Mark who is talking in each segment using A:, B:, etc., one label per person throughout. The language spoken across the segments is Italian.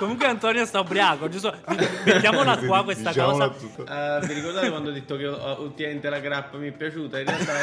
A: Comunque Antonio sta ubriaco, giusto? Mettiamola qua questa cosa.
B: Vi ricordate quando ho detto che ultimamente la grappa mi è piaciuta? In realtà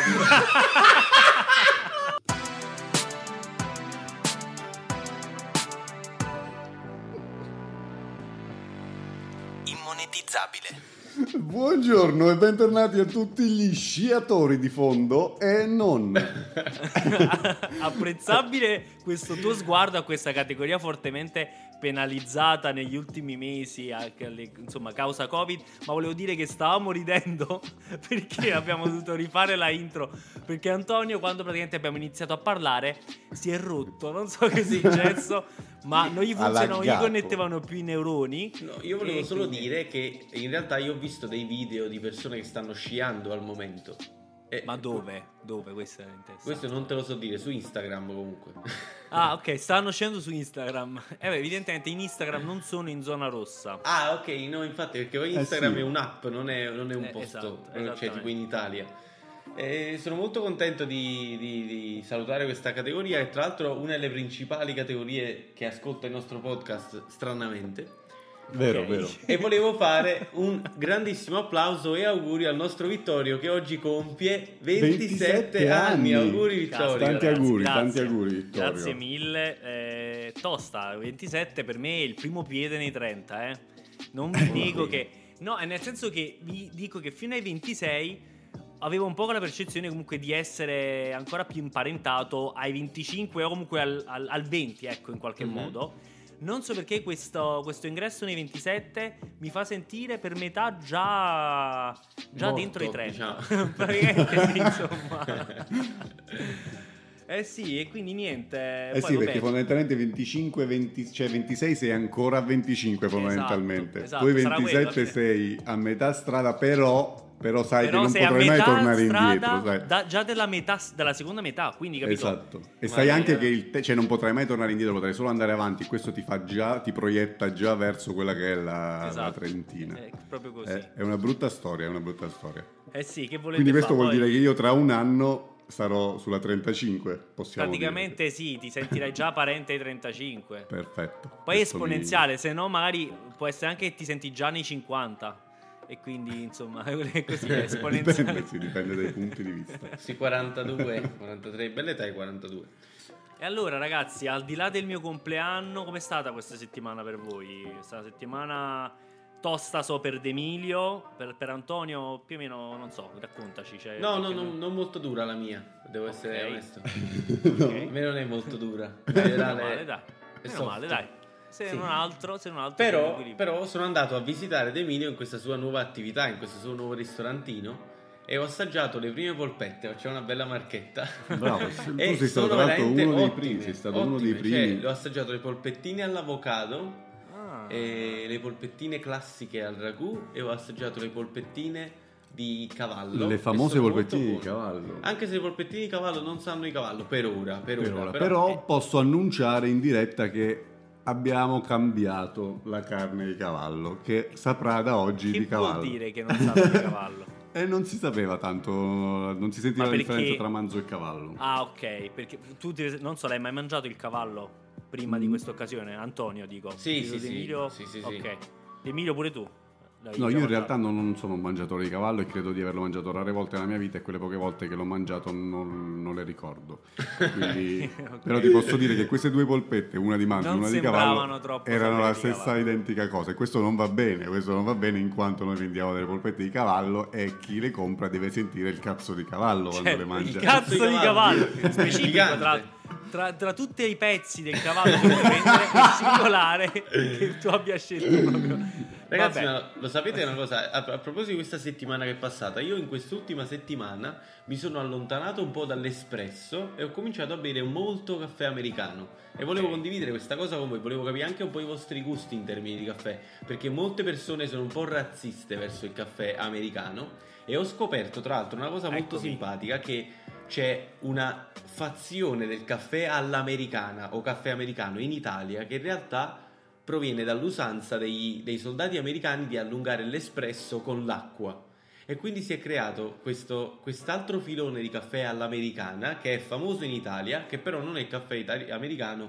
C: immonetizzabile.
D: Buongiorno e bentornati a tutti gli sciatori di fondo e non.
A: Apprezzabile questo tuo sguardo a questa categoria fortemente penalizzata negli ultimi mesi, insomma, causa Covid. Ma volevo dire che stavamo ridendo perché abbiamo dovuto rifare la intro, perché Antonio, quando praticamente abbiamo iniziato a parlare, si è rotto, non so che sia successo, ma non gli funzionavano, gli connettevano più i neuroni.
B: No, io volevo solo dire che in realtà io ho visto dei video di persone che stanno sciando al momento.
A: Ma dove? Dove? Questo è interessante.
B: Questo non te lo so dire, su Instagram comunque.
A: Ah, ok, stanno scendendo su Instagram. Evidentemente in Instagram non sono in zona rossa.
B: Ah, ok, no, infatti, perché poi Instagram
D: sì.
B: è un'app, non è un posto, cioè tipo in Italia. Sono molto contento di salutare questa categoria, e tra l'altro una delle principali categorie che ascolta il nostro podcast, stranamente.
D: Vero,
A: Ok.
D: vero.
B: E volevo fare un grandissimo applauso e auguri al nostro Vittorio, che oggi compie 27 anni. Auguri Vittorio.
D: Tanti
A: Ragazzi,
D: auguri,
A: grazie.
D: tanti auguri Vittorio.
A: Grazie mille. Tosta, 27 per me è il primo piede nei 30, Non vi dico che... No, è nel senso che vi dico che fino ai 26 avevo un po' la percezione comunque di essere ancora più imparentato ai 25 o comunque al 20, ecco, in qualche modo. Non so perché questo ingresso nei 27 mi fa sentire per metà già
B: Morto,
A: dentro i 30.
B: diciamo.
A: Praticamente sì, insomma. Sì, e quindi niente. Poi,
D: Sì,
A: vabbè,
D: perché fondamentalmente 25, 20, cioè 26 sei ancora a 25 fondamentalmente.
A: esatto,
D: Poi
A: sarà
D: 27
A: quello,
D: sei a metà strada, però sai
A: però
D: che non
A: sei a
D: potrai mai
A: metà
D: tornare
A: strada
D: indietro, sai.
A: già della seconda metà, quindi capito?
D: Esatto. E
B: Ma
D: sai anche
B: era-
D: che cioè non potrai mai tornare indietro, potrai solo andare avanti. Questo ti proietta già verso quella che è la
A: Esatto.
D: trentina.
A: È proprio così.
D: È una brutta storia, è una brutta storia.
A: Sì, che volete
D: Quindi questo
A: fare?
D: vuol
A: Poi,
D: dire che io tra un anno sarò sulla 35, possiamo
A: praticamente
D: dire.
A: sì, ti sentirai già parente ai 35.
D: Perfetto.
A: Poi è
D: Questo
A: esponenziale, se no magari può essere anche che ti senti già nei 50. E quindi insomma è così, è esponenziale.
D: dipende dai punti di vista.
B: Sì, 42, 43, bella età i 42.
A: E allora ragazzi, al di là del mio compleanno, com'è stata questa settimana per voi? È stata una settimana tosta, so, per D'Emilio, per Antonio più o meno, non so, raccontaci. Cioè,
B: No,
A: perché
B: non molto dura la mia, devo essere
A: Ok.
B: onesto.
A: Ok.
B: A me non è molto dura. In
A: Meno
B: generale
A: male, dai.
B: è
A: Meno
B: soft.
A: male, dai. Se
B: Sì.
A: non altro siamo
B: Però,
A: equilibrati.
B: però sono andato a visitare D'Emilio in questa sua nuova attività, in questo suo nuovo ristorantino, e ho assaggiato le prime polpette. Facciamo una bella marchetta.
D: Bravo, tu
B: E
D: sei stato
B: sono
D: tra l'altro
B: veramente
D: uno dei
B: ottime,
D: primi, sei stato uno dei
B: ottime.
D: primi.
B: Cioè, ho assaggiato le polpettine all'avocado,
A: Ah.
B: e le polpettine classiche al ragù, e ho assaggiato le polpettine di cavallo.
D: Le
B: e
D: famose
B: sono
D: polpettine di
B: molto buone.
D: cavallo.
B: Anche se le polpettine di cavallo non sanno di cavallo per ora.
D: Però posso annunciare in diretta che abbiamo cambiato la carne di cavallo, che saprà da oggi
A: Che
D: di cavallo.
A: vuol dire che non sanno di cavallo?
D: E non si sapeva tanto, non si sentiva
A: Ma
D: la
A: perché-
D: differenza tra manzo e cavallo.
A: Ah, ok, perché tu non so, l'hai mai mangiato il cavallo prima di questa occasione? Antonio, dico.
B: Sì,
A: Dico
B: sì,
A: D'Emilio?
B: sì.
A: Ok. Emilio pure tu? L'hai
D: No,
A: già
D: io in
A: mangiato?
D: realtà non sono un mangiatore di cavallo e credo di averlo mangiato rare volte nella mia vita, e quelle poche volte che l'ho mangiato non le ricordo. Quindi,
A: Ok.
D: Però ti posso dire che queste due polpette, una di manzo e
A: Non
D: una di
A: sembravano
D: cavallo,
A: troppo
D: erano la
A: sapere di
D: stessa
A: cavallo.
D: identica cosa, e questo non va bene in quanto noi vendiamo delle polpette di cavallo e chi le compra deve sentire il cazzo di cavallo quando
A: Cioè,
D: le mangia.
A: il cazzo di cavallo specifico
B: Gigante.
A: tra tutti i pezzi del cavallo che puoi prendere è singolare che tu abbia scelto proprio.
B: Ragazzi,
A: Vabbè.
B: ma lo sapete una cosa? A proposito di questa settimana che è passata, io in quest'ultima settimana mi sono allontanato un po' dall'espresso e ho cominciato a bere molto caffè americano. E volevo condividere questa cosa con voi, volevo capire anche un po' i vostri gusti in termini di caffè, perché molte persone sono un po' razziste verso il caffè americano, e ho scoperto tra l'altro una cosa molto
A: Eccomi.
B: simpatica, che c'è una fazione del caffè all'americana o caffè americano in Italia che in realtà proviene dall'usanza dei soldati americani di allungare l'espresso con l'acqua, e quindi si è creato quest'altro filone di caffè all'americana che è famoso in Italia, che però non è il caffè americano,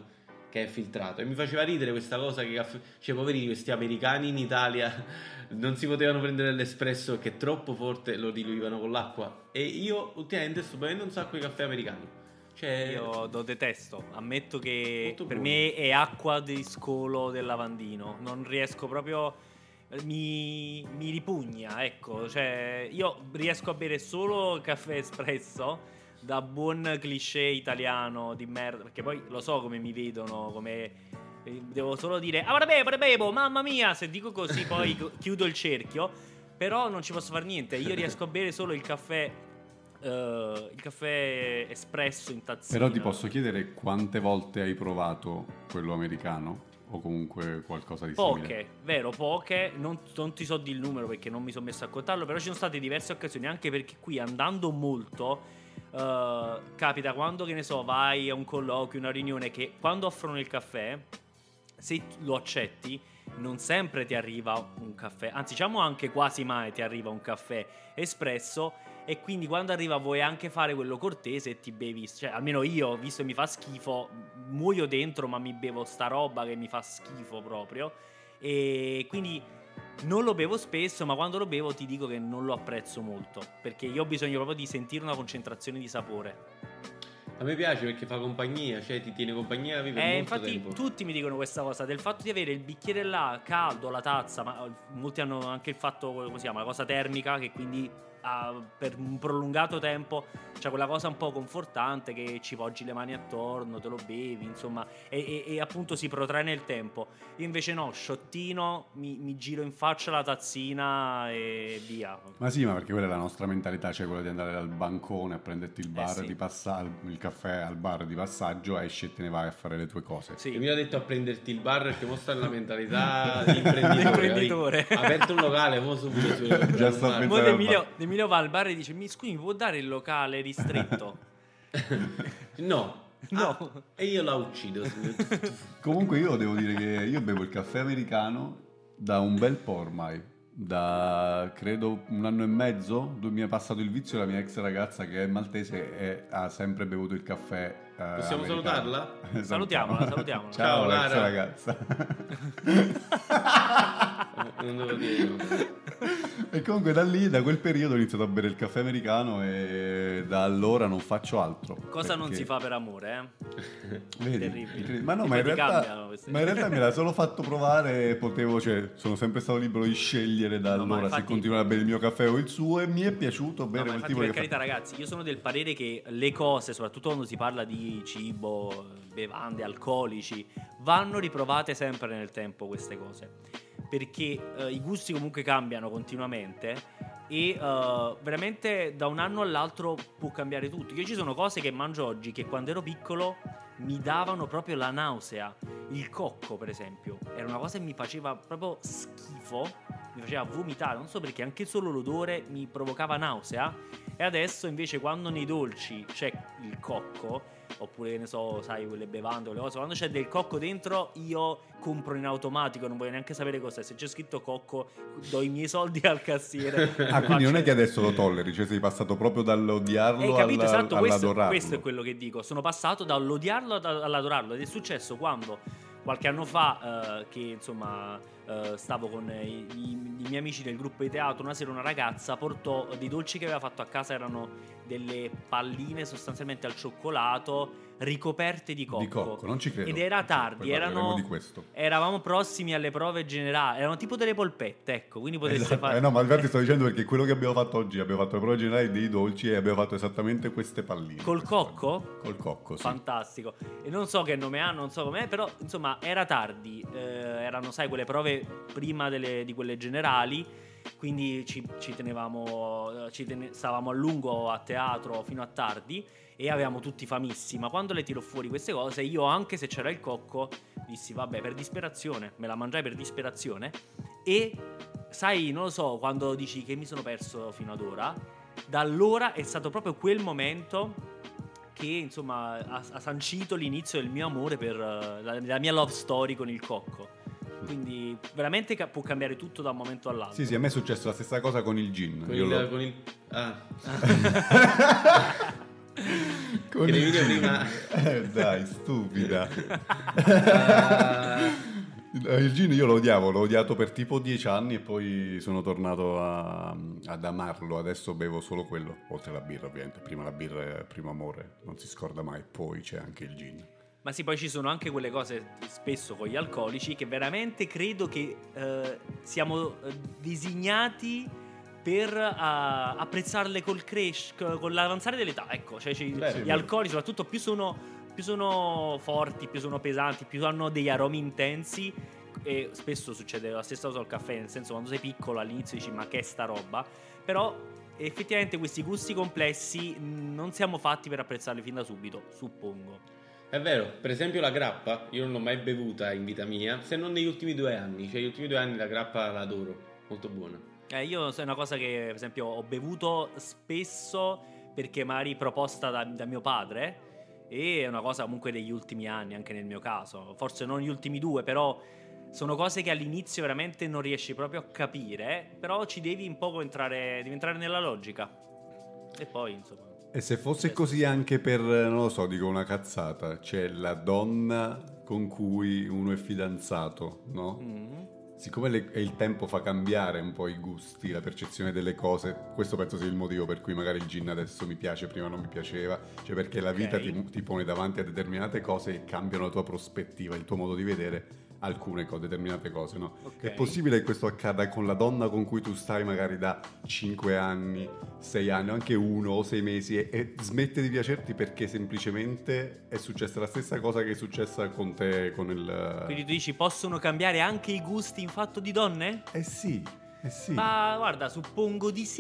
B: che è filtrato, e mi faceva ridere questa cosa che cioè poverini questi americani in Italia non si potevano prendere l'espresso che è troppo forte, lo diluivano con l'acqua, e io ultimamente sto bevendo un sacco di caffè americano. Cioè,
A: io lo detesto, ammetto che
B: molto
A: per
B: buono.
A: me è acqua di scolo del lavandino, non riesco proprio, mi ripugna, ecco, cioè io riesco a bere solo caffè espresso, da buon cliché italiano di merda, perché poi lo so come mi vedono, come devo solo dire ora bevo, mamma mia, se dico così poi chiudo il cerchio, però non ci posso fare niente, io riesco a bere solo il caffè espresso in tazzina.
D: Però ti posso chiedere quante volte hai provato quello americano? O comunque qualcosa di simile?
A: Poche, vero, poche, non ti so di il numero perché non mi sono messo a contarlo, però ci sono state diverse occasioni, anche perché qui andando molto capita quando, che ne so, vai a un colloquio, una riunione, che quando offrono il caffè, se lo accetti, non sempre ti arriva un caffè, anzi diciamo anche quasi mai ti arriva un caffè espresso, e quindi quando arriva vuoi anche fare quello cortese e ti bevi, cioè almeno io, visto che mi fa schifo, muoio dentro, ma mi bevo sta roba che mi fa schifo proprio, e quindi non lo bevo spesso, ma quando lo bevo ti dico che non lo apprezzo molto, perché io ho bisogno proprio di sentire una concentrazione di sapore.
B: A me piace perché fa compagnia, cioè ti tiene compagnia per molto
A: Infatti
B: tempo.
A: tutti mi dicono questa cosa, del fatto di avere il bicchiere là caldo, la tazza, ma molti hanno anche il fatto, come si chiama, la cosa termica, che quindi per un prolungato tempo c'è quella cosa un po' confortante che ci poggi le mani attorno, te lo bevi, insomma, e appunto si protrae nel tempo. Io invece no, sciottino, mi giro in faccia la tazzina e via.
D: Ma sì, ma perché quella è la nostra mentalità, cioè quella di andare al bancone a prenderti il bar
A: sì.
D: il caffè al bar di passaggio, esci e te ne vai a fare le tue cose.
A: Sì.
B: E mi ha detto a prenderti il bar perché mostra la mentalità di imprenditore. Ha aperto un locale, mo subito
D: Già sta
A: Mo
D: pensando
A: Emilio va al bar e dice: scusi, mi può dare il locale ristretto?
B: No. E io la uccido.
D: Comunque io devo dire che io bevo il caffè americano da un bel po' ormai, da credo 1 anno e mezzo. Mi è passato il vizio la mia ex ragazza, che è maltese e ha sempre bevuto il caffè
B: Possiamo
D: americano.
B: salutarla?
A: Salutiamola.
D: Ciao l'ex
B: Lara.
D: ragazza.
B: Non devo dire.
D: E comunque da quel periodo ho iniziato a bere il caffè americano e da allora non faccio altro.
A: Cosa non
D: perché-
A: si fa per amore, eh?
D: Vedi?
A: Terribile.
D: Ma no,
A: E
D: ma in,
A: poi ti
D: realtà,
A: cambiano queste-
D: ma in realtà me l'ha solo fatto provare, cioè, sono sempre stato libero di scegliere da
A: No, ma
D: allora se
A: infatti-
D: continuare a bere il mio caffè o il suo, e mi è piaciuto
A: No,
D: bere
A: ma
D: quel
A: infatti,
D: tipo
A: per
D: di
A: carità,
D: caffè.
A: ragazzi, io sono del parere che le cose, soprattutto quando si parla di cibo, bevande, alcolici, vanno riprovate sempre nel tempo queste cose. Perché i gusti comunque cambiano continuamente e veramente da un anno all'altro può cambiare tutto. Io ci sono cose che mangio oggi che quando ero piccolo mi davano proprio la nausea. Il cocco, per esempio, era una cosa che mi faceva proprio schifo, mi faceva vomitare, non so perché, anche solo l'odore mi provocava nausea. E adesso invece quando nei dolci c'è il cocco, oppure, ne so, sai, quelle bevande, quelle cose, quando c'è del cocco dentro io compro in automatico, non voglio neanche sapere cos'è. Se c'è scritto cocco do i miei soldi al cassiere.
D: Ah, quindi non è
A: Faccio-
D: che adesso lo tolleri, cioè sei passato proprio dall'odiarlo
A: capito, esatto,
D: all'adorarlo.
A: questo è quello che dico. Sono passato dall'odiarlo all'adorarlo. Ed è successo quando qualche anno fa che insomma stavo con i miei amici del gruppo di teatro. Una sera una ragazza portò dei dolci che aveva fatto a casa, erano delle palline sostanzialmente al cioccolato ricoperte di cocco.
D: Di cocco, non ci credo.
A: Ed era
D: Poi
A: tardi,
D: parleremo di questo.
A: eravamo prossimi alle prove generali, erano tipo delle polpette, ecco, quindi potesse
D: Esatto.
A: fare...
D: No, ma infatti sto dicendo perché quello che abbiamo fatto oggi, abbiamo fatto le prove generali dei dolci e abbiamo fatto esattamente queste palline.
A: Col
D: queste
A: cocco?
D: palline. Col cocco, sì.
A: Fantastico. E non so che nome ha, non so com'è, però insomma era tardi, erano, sai, quelle prove prima di quelle generali, quindi ci tenevamo, stavamo a lungo a teatro fino a tardi e avevamo tutti famissimi. Ma quando le tiro fuori queste cose, io, anche se c'era il cocco, dissi vabbè, per disperazione, me la mangiai per disperazione. E sai, non lo so, quando dici che mi sono perso fino ad ora, da allora è stato proprio quel momento che insomma ha sancito l'inizio del mio amore per la mia love story con il cocco. Quindi veramente può cambiare tutto da un momento all'altro.
D: Sì, a me è successo la stessa cosa con il gin.
B: Con
D: Io
B: il,
D: l'ho-
B: con il... Ah. Che Emilio prima...
D: Dai, stupida. Il gin io lo odiavo, l'ho odiato per tipo 10 anni e poi sono tornato ad amarlo. Adesso bevo solo quello, oltre alla birra ovviamente. Prima la birra è primo amore, non si scorda mai, poi c'è anche il gin.
A: Ma sì, poi ci sono anche quelle cose spesso con gli alcolici che veramente credo che siamo disegnati per apprezzarle con l'avanzare dell'età. Ecco, cioè gli alcolici soprattutto più sono forti, più sono pesanti, più hanno degli aromi intensi, e spesso succede la stessa cosa al caffè, nel senso quando sei piccolo all'inizio dici ma che è sta roba, però effettivamente questi gusti complessi non siamo fatti per apprezzarli fin da subito, suppongo.
B: È vero, per esempio la grappa io non l'ho mai bevuta in vita mia, se non negli ultimi 2 anni, cioè gli ultimi 2 anni la grappa la adoro, molto buona.
A: Io è una cosa che per esempio ho bevuto spesso perché magari proposta da mio padre, e è una cosa comunque degli ultimi anni anche nel mio caso, forse non gli ultimi 2, però sono cose che all'inizio veramente non riesci proprio a capire, però ci devi un po' devi entrare nella logica e poi insomma.
D: E se fosse così anche per, non lo so, dico una cazzata, c'è la donna con cui uno è fidanzato, no?
A: Mm-hmm.
D: Siccome il tempo fa cambiare un po' i gusti, la percezione delle cose, questo penso sia il motivo per cui magari il gin adesso mi piace, prima non mi piaceva, cioè perché la vita ti pone davanti a determinate cose e cambiano la tua prospettiva, il tuo modo di vedere alcune cose, determinate cose, no?
A: Okay.
D: È possibile che questo accada con la donna con cui tu stai magari da 5 anni, 6 anni, o anche 1 o 6 mesi e smette di piacerti perché semplicemente è successa la stessa cosa che è successa con te, con il...
A: Quindi tu dici possono cambiare anche i gusti in fatto di donne?
D: Eh sì.
A: Ma guarda, suppongo di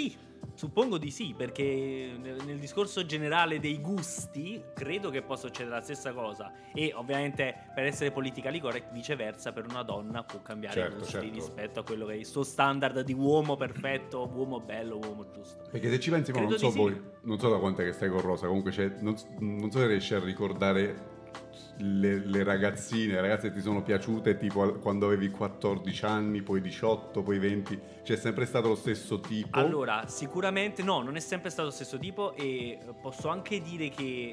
A: sì, perché nel discorso generale dei gusti credo che possa succedere la stessa cosa, e ovviamente per essere politically correct viceversa per una donna può cambiare i gusti rispetto a quello che è il suo standard di uomo perfetto, uomo bello, uomo giusto.
D: Perché se ci pensi, ma non so voi, non so da quant'è che stai con Rosa, comunque non so se riesci a ricordare le ragazzine, le ragazze che ti sono piaciute tipo quando avevi 14 anni, poi 18, poi 20, c'è sempre stato lo stesso tipo?
A: Allora, sicuramente no, non è sempre stato lo stesso tipo, e posso anche dire che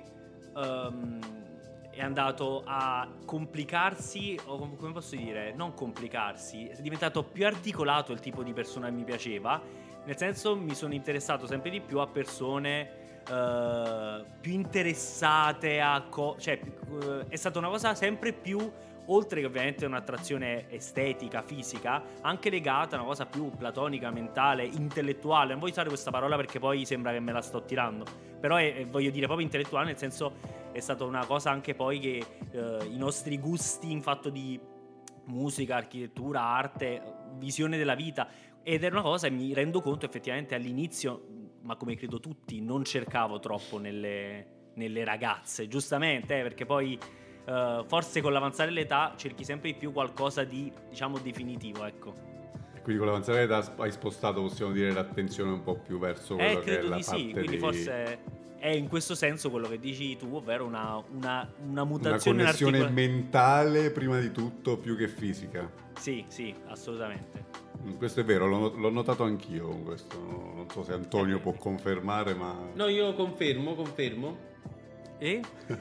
A: è andato a complicarsi, o come posso dire, non complicarsi, è diventato più articolato il tipo di persona che mi piaceva, nel senso mi sono interessato sempre di più a persone più interessate cioè è stata una cosa sempre più, oltre che ovviamente un'attrazione estetica, fisica, anche legata a una cosa più platonica, mentale, intellettuale. Non voglio usare questa parola perché poi sembra che me la sto tirando, però voglio dire proprio intellettuale, nel senso è stata una cosa anche poi che i nostri gusti in fatto di musica, architettura, arte, visione della vita, ed è una cosa, e mi rendo conto effettivamente all'inizio, ma come credo tutti, non cercavo troppo nelle ragazze, giustamente, perché poi forse con l'avanzare dell'età cerchi sempre di più qualcosa di, diciamo, definitivo, ecco.
D: E quindi con l'avanzare dell'età hai spostato, possiamo dire, l'attenzione un po' più verso quello che è la parte
A: sì, quindi forse è in questo senso quello che dici tu, ovvero una mutazione,
D: una connessione mentale prima di tutto più che fisica.
A: Sì, assolutamente.
D: Questo è vero, l'ho notato anch'io con questo. Non so se Antonio può confermare, ma...
B: No, io confermo.
A: E?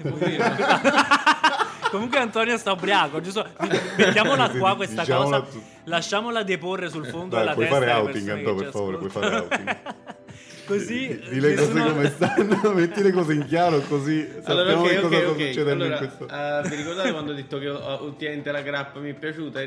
A: Comunque Antonio sta ubriaco, giusto? Mettiamola qua questa cosa, lasciamola deporre sul fondo della testa.
D: Puoi fare outing, Antonio, per favore, puoi fare outing.
A: Così
D: di le cose come stanno, metti le cose in chiaro, così sappiamo
B: allora,
D: cosa sta succedendo in questo.
B: Vi ricordate quando ho detto che ultimamente la grappa mi è piaciuta?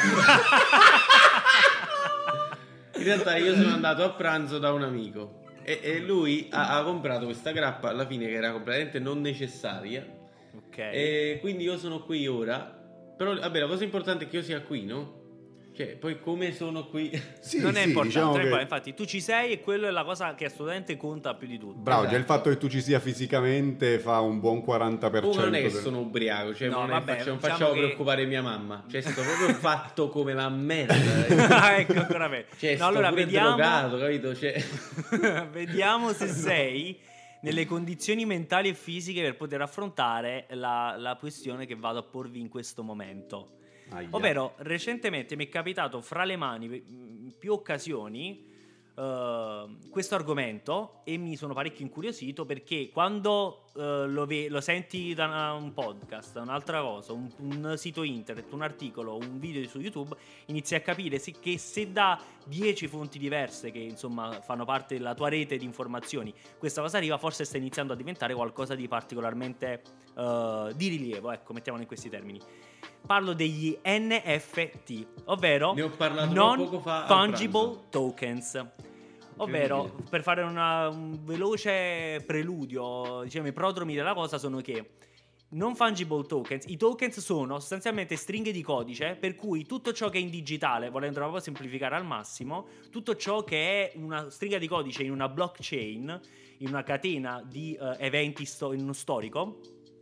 B: In realtà io sono andato a pranzo da un amico e lui ha comprato questa grappa alla fine che era completamente non necessaria.
A: Ok.
B: E quindi io sono qui ora. Però vabbè, la cosa importante è che io sia qui, no? Cioè, poi come sono qui?
A: Sì, non è importante, diciamo che... infatti tu ci sei e quello è la cosa che assolutamente conta più di tutto.
D: Bravo, esatto. Già il fatto che tu ci sia fisicamente fa un buon 40%.
B: Non è che sono ubriaco, cioè
A: no,
B: non facciamo preoccupare mia mamma. Cioè, è stato proprio fatto come la merda.
A: Ecco, ancora me.
B: Cioè, no, allora vediamo drogato, capito? Cioè...
A: vediamo se sei nelle condizioni mentali e fisiche per poter affrontare la questione che vado a porvi in questo momento. Ovvero, recentemente mi è capitato fra le mani in più occasioni questo argomento, e mi sono parecchio incuriosito perché quando lo senti da un podcast, un'altra cosa, un sito internet, un articolo, un video su YouTube, inizi a capire che se da 10 fonti diverse che insomma fanno parte della tua rete di informazioni questa cosa arriva, forse sta iniziando a diventare qualcosa di particolarmente di rilievo, ecco, mettiamolo in questi termini. Parlo degli NFT, ovvero
B: ne ho parlato
A: non
B: poco fa
A: fungible tokens. Ovvero, per fare un veloce preludio, diciamo i prodromi della cosa sono che non fungible tokens, i tokens sono sostanzialmente stringhe di codice per cui tutto ciò che è in digitale, volendo proprio semplificare al massimo, tutto ciò che è una stringa di codice in una blockchain, in una catena di eventi in uno storico,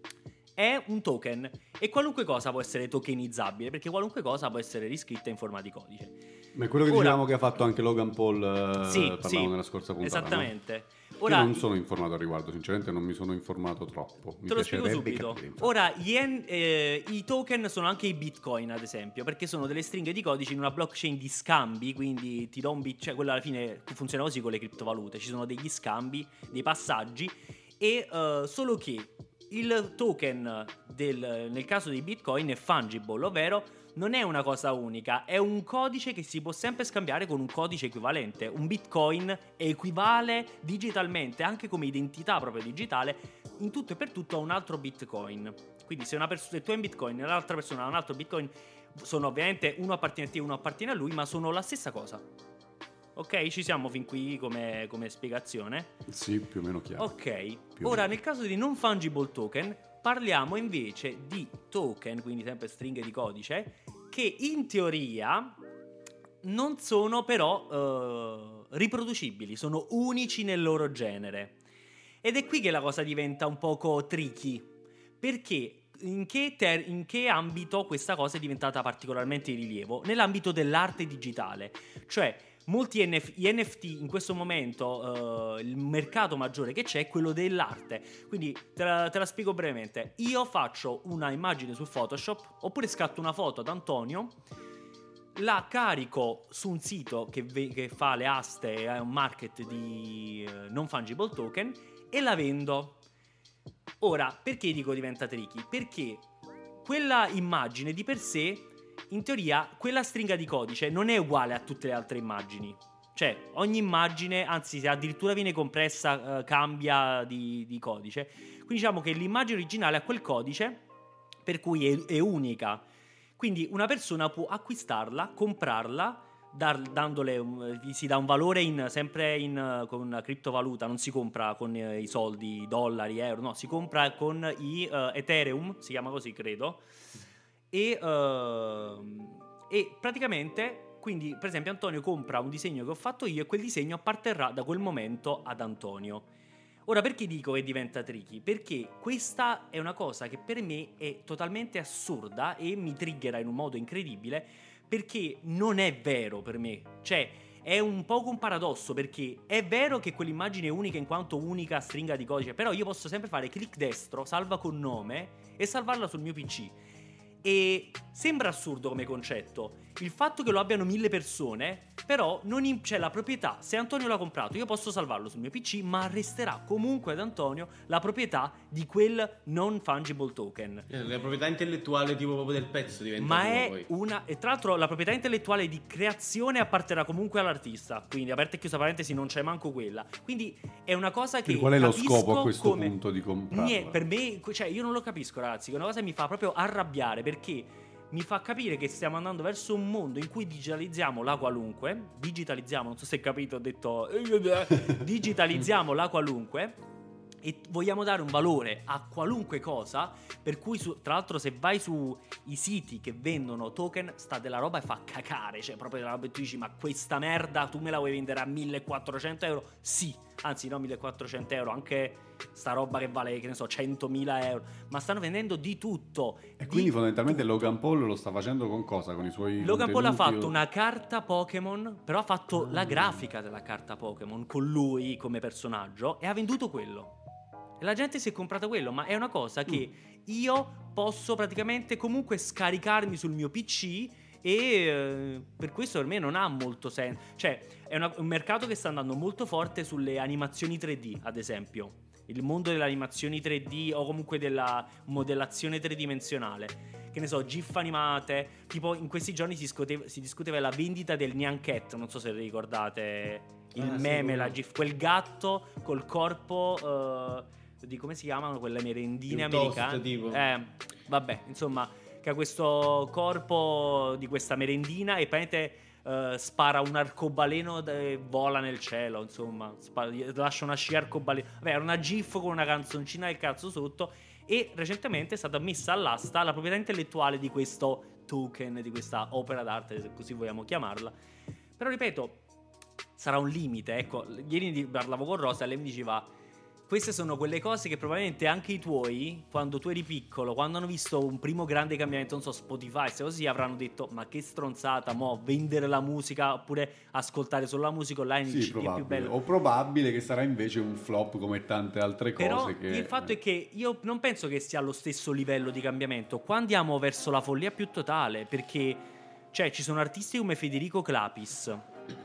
A: è un token, e qualunque cosa può essere tokenizzabile perché qualunque cosa può essere riscritta in forma di codice.
D: Ma è quello che dicevamo che ha fatto anche Logan Paul parlando nella scorsa puntata.
A: Esattamente.
D: No?
A: Ora,
D: io non sono informato al riguardo, sinceramente non mi sono informato troppo.
A: Te lo spiego subito. Ora, i token sono anche i bitcoin, ad esempio, perché sono delle stringhe di codice in una blockchain di scambi, quindi ti do un cioè quello alla fine funziona così con le criptovalute, ci sono degli scambi, dei passaggi, e solo che il token nel caso dei bitcoin è fungible, ovvero non è una cosa unica, è un codice che si può sempre scambiare con un codice equivalente. Un bitcoin equivale digitalmente, anche come identità proprio digitale, in tutto e per tutto a un altro bitcoin. Quindi se tu hai un bitcoin e l'altra persona ha un altro bitcoin, sono ovviamente uno appartiene a te e uno appartiene a lui, ma sono la stessa cosa. Ok, ci siamo fin qui come spiegazione?
D: Sì, più o meno chiaro.
A: Ok, ora nel caso di non fungible token parliamo invece di token, quindi sempre stringhe di codice, che in teoria non sono però riproducibili, sono unici nel loro genere. Ed è qui che la cosa diventa un poco tricky, perché in che ambito questa cosa è diventata particolarmente di rilievo? Nell'ambito dell'arte digitale, cioè molti NFT in questo momento, il mercato maggiore che c'è è quello dell'arte. Quindi te la spiego brevemente. Io faccio una immagine su Photoshop, oppure scatto una foto ad Antonio, la carico su un sito che fa le aste, è un market di non fungible token, e la vendo. Ora, perché dico diventa tricky? Perché quella immagine di per sé, in teoria, quella stringa di codice non è uguale a tutte le altre immagini. Cioè, ogni immagine, anzi, se addirittura viene compressa, cambia di codice. Quindi diciamo che l'immagine originale ha quel codice, per cui è unica. Quindi una persona può acquistarla, comprarla, si dà un valore sempre con una criptovaluta, non si compra con i soldi, dollari, euro, no, si compra con i Ethereum, si chiama così credo, e praticamente, quindi per esempio Antonio compra un disegno che ho fatto io e quel disegno apparterrà da quel momento ad Antonio. Ora, perché dico che diventa tricky? Perché questa è una cosa che per me è totalmente assurda e mi triggera in un modo incredibile, perché non è vero per me. Cioè, è un poco un paradosso, perché è vero che quell'immagine è unica in quanto unica stringa di codice, però io posso sempre fare clic destro, salva con nome, e salvarla sul mio PC. E sembra assurdo come concetto. Il fatto che lo abbiano 1000 persone, però c'è la proprietà. Se Antonio l'ha comprato, io posso salvarlo sul mio PC, ma resterà comunque ad Antonio la proprietà di quel non fungible token.
B: La proprietà intellettuale tipo proprio del pezzo diventa.
A: Ma è e tra l'altro la proprietà intellettuale di creazione apparterà comunque all'artista. Quindi, aperta e chiusa parentesi, non c'è manco quella. Quindi è una cosa che
D: qual è lo scopo a questo punto di comprarla?
A: Per me, cioè, io non lo capisco, ragazzi. Che è una cosa che mi fa proprio arrabbiare, perché mi fa capire che stiamo andando verso un mondo in cui digitalizziamo la qualunque. Non so se hai capito, ho detto digitalizziamo la qualunque e vogliamo dare un valore a qualunque cosa, per cui tra l'altro se vai sui siti che vendono token sta della roba e fa cacare, cioè proprio della roba e tu dici ma questa merda tu me la vuoi vendere a 1400 euro? Sì, anzi no 1400 euro, anche sta roba che vale, che ne so, 100.000 euro, ma stanno vendendo di tutto.
D: E quindi fondamentalmente Logan Paul lo sta facendo con cosa? Con i suoi
A: Logan Paul ha fatto una carta Pokémon, però ha fatto la grafica della carta Pokémon con lui come personaggio e ha venduto quello. E la gente si è comprata quello, ma è una cosa che io posso praticamente comunque scaricarmi sul mio PC e per questo per me non ha molto senso. Cioè, è un mercato che sta andando molto forte sulle animazioni 3D, ad esempio. il mondo delle animazioni 3D o comunque della modellazione tridimensionale, che ne so, GIF animate, tipo in questi giorni si discuteva la vendita del Nyan Cat, non so se ricordate il meme,
B: sì,
A: la GIF, quel gatto col corpo di come si chiamano quelle merendine
B: Un toast,
A: americane,
B: tipo.
A: vabbè, insomma, che ha questo corpo di questa merendina e praticamente spara un arcobaleno e vola nel cielo, insomma, lascia una scia arcobaleno. Vabbè, era una GIF con una canzoncina del cazzo sotto, e recentemente è stata messa all'asta la proprietà intellettuale di questo token, di questa opera d'arte, se così vogliamo chiamarla. Però ripeto, sarà un limite, ecco, ieri parlavo con Rosa e lei mi diceva: queste sono quelle cose che probabilmente anche i tuoi, quando tu eri piccolo, quando hanno visto un primo grande cambiamento, non so, Spotify, se così, avranno detto: ma che stronzata, mo, vendere la musica oppure ascoltare solo la musica online,
D: Sì,
A: il CD è più
D: probabile.
A: bello.
D: O probabile che sarà invece un flop come tante altre cose.
A: Però
D: che...
A: il fatto è che io non penso che sia allo stesso livello di cambiamento. Qua andiamo verso la follia più totale, perché cioè ci sono artisti come Federico Clapis,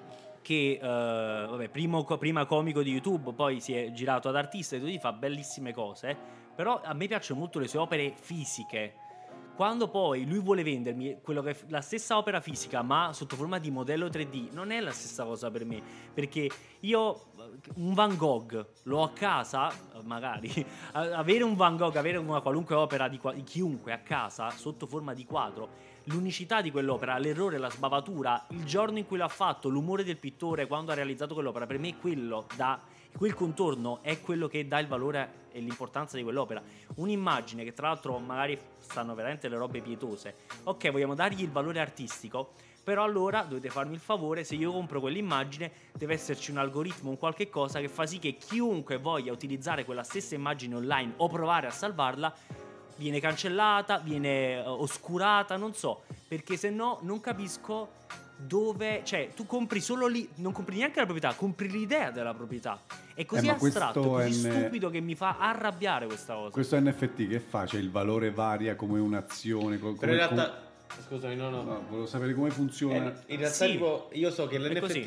A: che vabbè, prima comico di YouTube, poi si è girato ad artista e tutti, fa bellissime cose, però a me piacciono molto le sue opere fisiche. Quando poi lui vuole vendermi quello che è la stessa opera fisica ma sotto forma di modello 3D, non è la stessa cosa per me, perché io un Van Gogh l'ho a casa, magari avere un Van Gogh, avere una qualunque opera di chiunque a casa sotto forma di quadro, l'unicità di quell'opera, l'errore, la sbavatura, il giorno in cui l'ha fatto, l'umore del pittore quando ha realizzato quell'opera, per me quello quel contorno è quello che dà il valore e l'importanza di quell'opera. Un'immagine che tra l'altro magari stanno veramente le robe pietose, ok, vogliamo dargli il valore artistico, però allora dovete farmi il favore: se io compro quell'immagine deve esserci un algoritmo, un qualche cosa che fa sì che chiunque voglia utilizzare quella stessa immagine online o provare a salvarla viene cancellata, viene oscurata, non so, perché se no non capisco dove, cioè tu compri solo lì, non compri neanche la proprietà, compri l'idea della proprietà. È così astratto, così stupido che mi fa arrabbiare questa cosa.
D: Questo NFT che fa? Cioè il valore varia come un'azione?
B: Però in realtà... Scusami, no,
D: volevo sapere come funziona.
B: In realtà
A: sì,
B: tipo, io so che l'NFT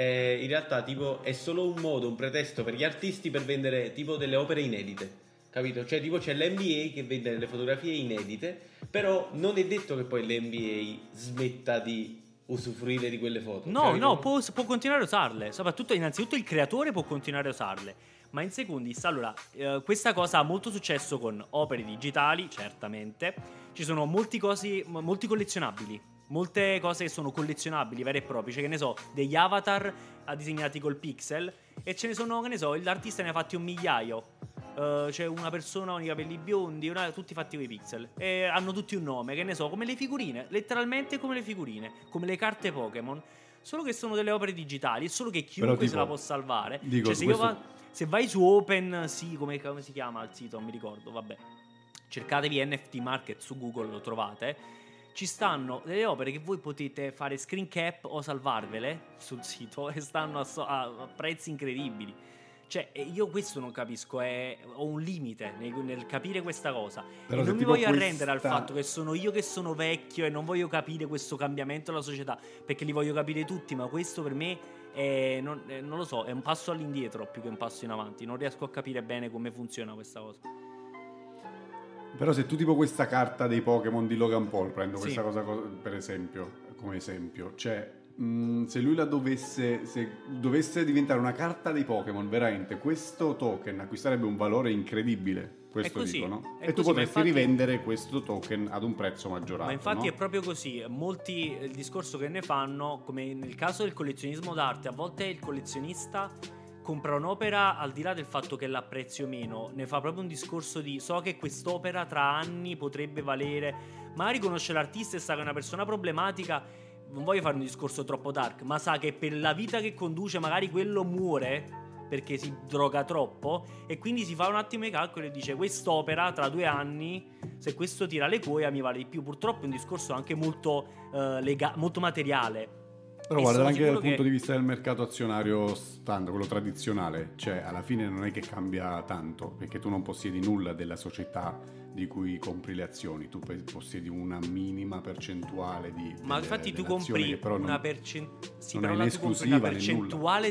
B: in realtà tipo è solo un modo, un pretesto per gli artisti per vendere tipo delle opere inedite. Capito? Cioè tipo c'è l'NBA che vende le fotografie inedite, però non è detto che poi l'NBA smetta di usufruire di quelle foto.
A: No, può continuare a usarle. Soprattutto, innanzitutto il creatore può continuare a usarle, ma in secondis, allora, questa cosa ha molto successo con opere digitali, certamente. Ci sono molti collezionabili, molte cose che sono collezionabili, veri e propri, cioè che ne so, degli avatar disegnati col pixel, e ce ne sono, che ne so, l'artista ne ha fatti 1 migliaio. C'è una persona con i capelli biondi, tutti fatti con i pixel, e hanno tutti un nome, che ne so, come le figurine, letteralmente come le figurine, come le carte Pokémon, solo che sono delle opere digitali, solo che chiunque se la può salvare.
D: Dico,
A: cioè se vai su OpenSea, come si chiama il sito, non mi ricordo, vabbè, cercatevi NFT Market su Google, lo trovate. Ci stanno delle opere che voi potete fare screen cap o salvarvele sul sito, e stanno a prezzi incredibili. Cioè, io questo non capisco, ho un limite nel capire questa cosa.
D: Però
A: e non mi voglio arrendere al fatto che sono io che sono vecchio e non voglio capire questo cambiamento della società, perché li voglio capire tutti, ma questo per me non lo so, è un passo all'indietro più che un passo in avanti. Non riesco a capire bene come funziona questa cosa.
D: Però se tu tipo questa carta dei Pokémon di Logan Paul, prendo questa cosa per esempio, come esempio, cioè se lui se dovesse diventare una carta dei Pokémon, veramente questo token acquisterebbe un valore incredibile, questo
A: così,
D: dicono,
A: è
D: e tu
A: così,
D: potresti rivendere questo token ad un prezzo maggiorato.
A: Ma infatti
D: no?
A: è proprio così. Molti il discorso che ne fanno, come nel caso del collezionismo d'arte, a volte il collezionista compra un'opera al di là del fatto che l'apprezzi o meno, ne fa proprio un discorso di: so che quest'opera tra anni potrebbe valere, magari conosce l'artista e sa che è una persona problematica. Non voglio fare un discorso troppo dark, ma sa che per la vita che conduce magari quello muore perché si droga troppo, e quindi si fa un attimo i calcoli e dice: quest'opera tra 2 anni, se questo tira le cuoia, mi vale di più. Purtroppo è un discorso anche molto molto materiale.
D: Però guarda, anche dal punto di vista del mercato azionario standard, quello tradizionale, cioè alla fine non è che cambia tanto, perché tu non possiedi nulla della società di cui compri le azioni. Tu possiedi una minima percentuale
A: ma infatti tu compri una percentuale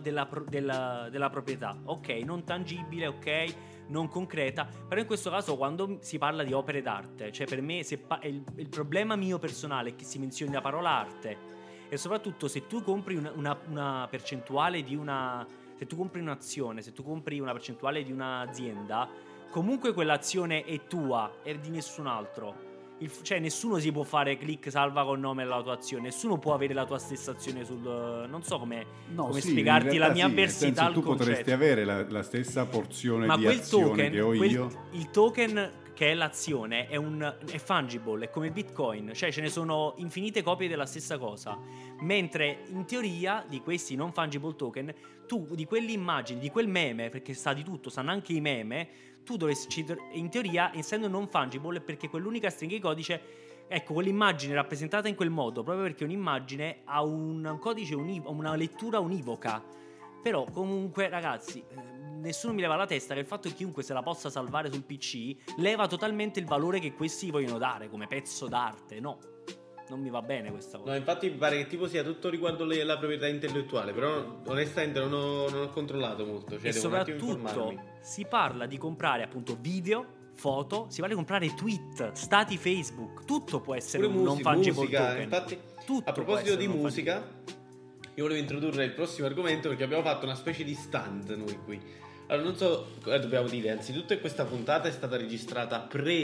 A: della proprietà, ok, non tangibile, ok, non concreta, però in questo caso quando si parla di opere d'arte, cioè per me il problema mio personale è che si menzioni la parola arte, e soprattutto se tu compri una percentuale se tu compri un'azione, se tu compri una percentuale di un'azienda, comunque quell'azione è tua, è di nessun altro. Cioè nessuno si può fare click salva col nome alla tua azione, nessuno può avere la tua stessa azione sul... non so come spiegarti la mia avversità al
D: tu
A: concetto.
D: Potresti avere la stessa porzione
A: ma
D: di
A: quel
D: azione
A: token,
D: che ho io.
A: Il token che è l'azione è fungible, è come Bitcoin, cioè ce ne sono infinite copie della stessa cosa, mentre in teoria di questi non fungible token, tu di quell'immagine, di quel meme, perché sa di tutto, sanno anche i meme, tu dovresti, in teoria, essendo non fungible, perché quell'unica stringa di codice, ecco, quell'immagine rappresentata in quel modo, proprio perché un'immagine ha un codice una lettura univoca. Però comunque, ragazzi, nessuno mi leva la testa che il fatto che chiunque se la possa salvare sul PC leva totalmente il valore che questi vogliono dare come pezzo d'arte. No, non mi va bene questa cosa.
B: No, infatti mi pare che tipo sia tutto riguardo la proprietà intellettuale, però onestamente non ho controllato molto, cioè
A: e
B: devo un attimo
A: soprattutto
B: informarmi.
A: si parla di comprare appunto video, foto, si parla di comprare tweet, stati Facebook, tutto può essere
B: pure
A: un non fungible
B: musica,
A: token.
B: infatti
A: Tutto
B: a proposito di
A: non
B: musica
A: fungible.
B: io volevo introdurre il prossimo argomento perché abbiamo fatto una specie di stand noi qui. Allora non so, dobbiamo dire anzitutto che questa puntata è stata registrata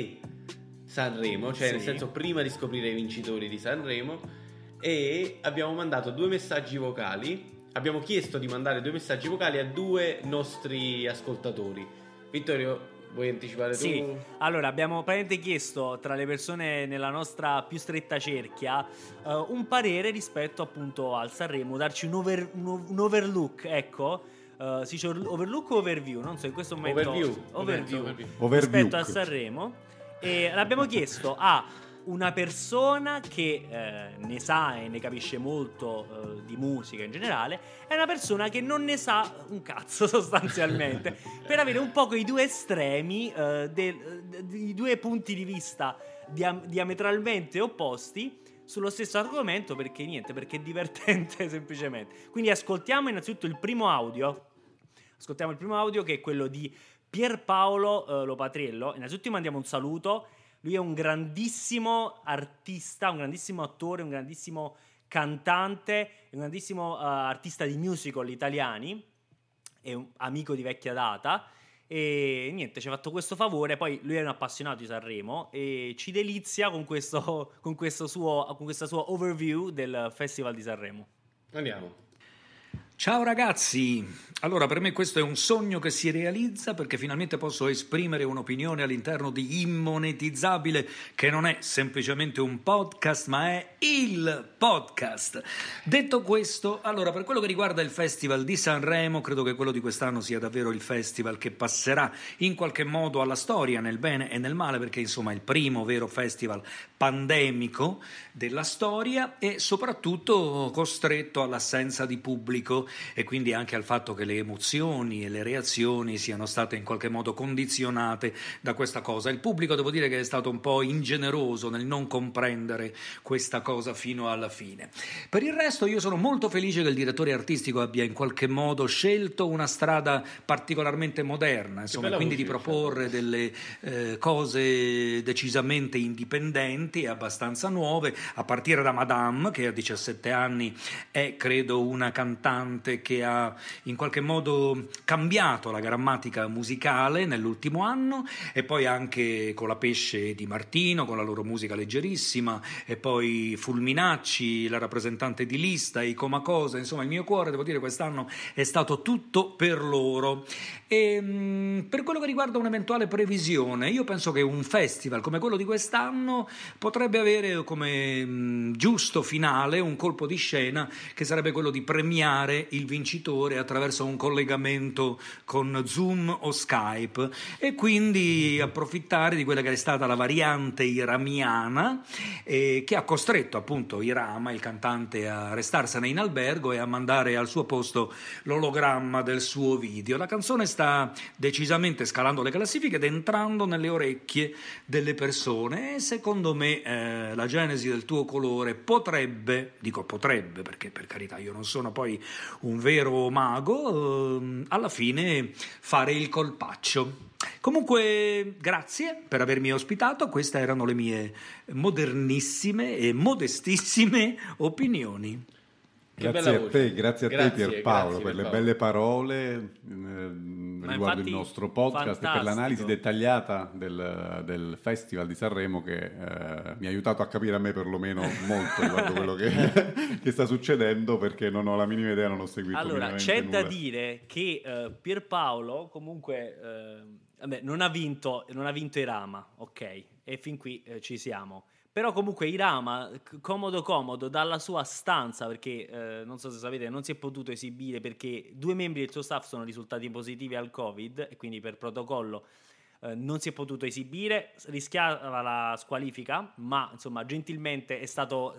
B: pre-Sanremo, cioè nel senso prima di scoprire i vincitori di Sanremo, e abbiamo mandato 2 messaggi vocali, abbiamo chiesto di mandare 2 messaggi vocali a 2 nostri ascoltatori. Vittorio, vuoi anticipare tu?
A: Sì, allora abbiamo praticamente chiesto tra le persone nella nostra più stretta cerchia un parere rispetto appunto al Sanremo, darci un overlook, ecco, si dice overlook o overview, non so, in questo momento overview. Rispetto al Sanremo, e l'abbiamo chiesto a una persona che ne sa e ne capisce molto di musica in generale, è una persona che non ne sa un cazzo sostanzialmente, per avere un poco i due estremi di due punti di vista diametralmente opposti sullo stesso argomento, perché è divertente semplicemente. Quindi ascoltiamo innanzitutto il primo audio, che è quello di Pierpaolo Lopatriello. Innanzitutto mandiamo un saluto. Lui è un grandissimo artista, un grandissimo attore, un grandissimo cantante, un grandissimo artista di musical italiani, è un amico di vecchia data, e niente, ci ha fatto questo favore. Poi lui è un appassionato di Sanremo e ci delizia con questa sua overview del Festival di Sanremo.
B: Andiamo.
C: Ciao ragazzi, allora per me questo è un sogno che si realizza perché finalmente posso esprimere un'opinione all'interno di Immonetizzabile, che non è semplicemente un podcast ma è il podcast. Detto questo, allora per quello che riguarda il Festival di Sanremo, credo che quello di quest'anno sia davvero il festival che passerà in qualche modo alla storia, nel bene e nel male, perché insomma è il primo vero festival pandemico della storia e soprattutto costretto all'assenza di pubblico, e quindi anche al fatto che le emozioni e le reazioni siano state in qualche modo condizionate da questa cosa. Il pubblico, devo dire, che è stato un po' ingeneroso nel non comprendere questa cosa fino alla fine. Per il resto io sono molto felice che il direttore artistico abbia in qualche modo scelto una strada particolarmente moderna, insomma, quindi di proporre delle cose decisamente indipendenti e abbastanza nuove, a partire da Madame, che a 17 anni è credo una cantante che ha in qualche modo cambiato la grammatica musicale nell'ultimo anno, e poi anche con la Pesce di Martino con la loro musica leggerissima, e poi Fulminacci, la rappresentante di lista, i Comacosa. Insomma, il mio cuore, devo dire, quest'anno è stato tutto per loro. E per quello che riguarda un'eventuale previsione, io penso che un festival come quello di quest'anno potrebbe avere come giusto finale un colpo di scena che sarebbe quello di premiare il vincitore attraverso un collegamento con Zoom o Skype e quindi approfittare di quella che è stata la variante iramiana che ha costretto appunto Irama, il cantante, a restarsene in albergo e a mandare al suo posto l'ologramma del suo video. La canzone sta decisamente scalando le classifiche ed entrando nelle orecchie delle persone e secondo me la genesi del tuo colore potrebbe, dico potrebbe perché per carità io non sono poi un vero mago, alla fine fare il colpaccio. Comunque grazie per avermi ospitato, queste erano le mie modernissime e modestissime opinioni.
D: Grazie a te Pierpaolo per le belle parole riguardo il nostro podcast e per l'analisi dettagliata del Festival di Sanremo che mi ha aiutato a capire a me perlomeno molto riguardo quello che sta succedendo, perché non ho la minima idea, non ho seguito
A: allora c'è nulla da dire che Pierpaolo comunque non ha vinto Irama, ok, e fin qui ci siamo. Però comunque Irama, comodo, dalla sua stanza, perché non so se sapete, non si è potuto esibire perché 2 membri del suo staff sono risultati positivi al Covid e quindi per protocollo non si è potuto esibire, rischiava la squalifica, ma insomma gentilmente è stato